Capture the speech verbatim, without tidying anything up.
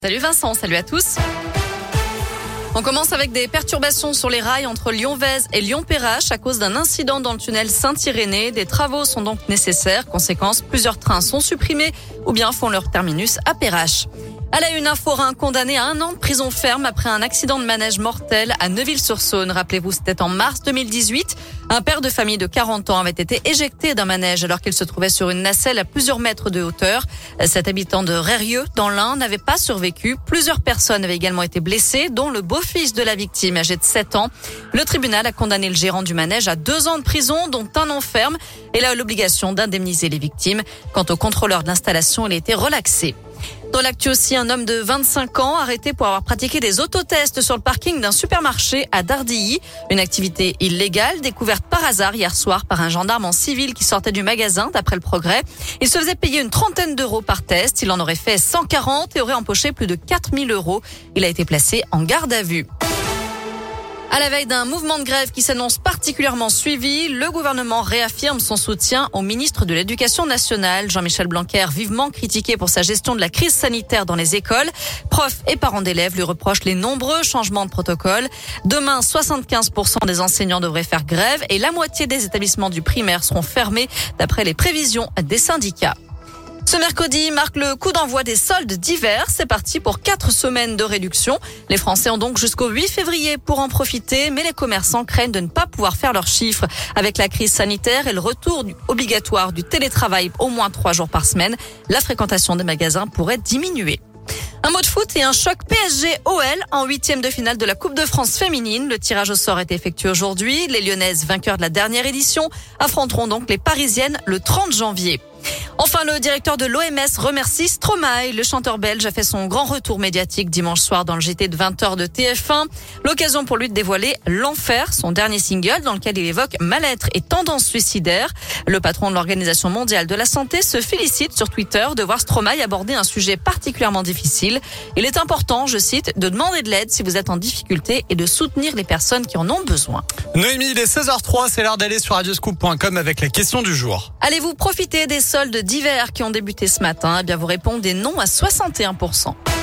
Salut Vincent, salut à tous. On commence avec des perturbations sur les rails entre Lyon-Vèze et Lyon-Perrache à cause d'un incident dans le tunnel Saint-Irénée. Des travaux sont donc nécessaires. Conséquence, plusieurs trains sont supprimés ou bien font leur terminus à Perrache. À la une, un forain condamné à un an de prison ferme après un accident de manège mortel à Neuville-sur-Saône. Rappelez-vous, c'était en mars deux mille dix-huit. Un père de famille de quarante ans avait été éjecté d'un manège alors qu'il se trouvait sur une nacelle à plusieurs mètres de hauteur. Cet habitant de Rérieux, dans l'Ain, n'avait pas survécu. Plusieurs personnes avaient également été blessées, dont le beau-fils de la victime, âgé de sept ans. Le tribunal a condamné le gérant du manège à deux ans de prison, dont un an ferme. Et il a l'obligation d'indemniser les victimes. Quant au contrôleur de l'installation, il a été relaxé. Dans l'actu aussi, un homme de vingt-cinq ans arrêté pour avoir pratiqué des autotests sur le parking d'un supermarché à Dardilly. Une activité illégale découverte par hasard hier soir par un gendarme en civil qui sortait du magasin, d'après le Progrès. Il se faisait payer une trentaine d'euros par test. Il en aurait fait cent quarante et aurait empoché plus de quatre mille euros. Il a été placé en garde à vue. À la veille d'un mouvement de grève qui s'annonce particulièrement suivi, le gouvernement réaffirme son soutien au ministre de l'Éducation nationale. Jean-Michel Blanquer, vivement critiqué pour sa gestion de la crise sanitaire dans les écoles. Profs et parents d'élèves lui reprochent les nombreux changements de protocole. Demain, soixante-quinze pour cent des enseignants devraient faire grève et la moitié des établissements du primaire seront fermés d'après les prévisions des syndicats. Ce mercredi marque le coup d'envoi des soldes d'hiver. C'est parti pour quatre semaines de réduction. Les Français ont donc jusqu'au huit février pour en profiter, mais les commerçants craignent de ne pas pouvoir faire leurs chiffres. Avec la crise sanitaire et le retour obligatoire du télétravail au moins trois jours par semaine, la fréquentation des magasins pourrait diminuer. Un mot de foot et un choc P S G O L en huitième de finale de la Coupe de France féminine. Le tirage au sort est effectué aujourd'hui. Les Lyonnaises, vainqueurs de la dernière édition, affronteront donc les Parisiennes le trente janvier. Enfin, le directeur de l'O M S remercie Stromae. Le chanteur belge a fait son grand retour médiatique dimanche soir dans le J T de vingt heures de T F un. L'occasion pour lui de dévoiler L'Enfer, son dernier single dans lequel il évoque mal-être et tendance suicidaire. Le patron de l'Organisation mondiale de la santé se félicite sur Twitter de voir Stromae aborder un sujet particulièrement difficile. Il est important, je cite, de demander de l'aide si vous êtes en difficulté et de soutenir les personnes qui en ont besoin. Noémie, il est seize heures zéro trois, c'est l'heure d'aller sur radioscoop point com avec la question du jour. Allez-vous profiter des soldes d'hiver qui ont débuté ce matin? Eh bien, vous répondez non à soixante et un pour cent.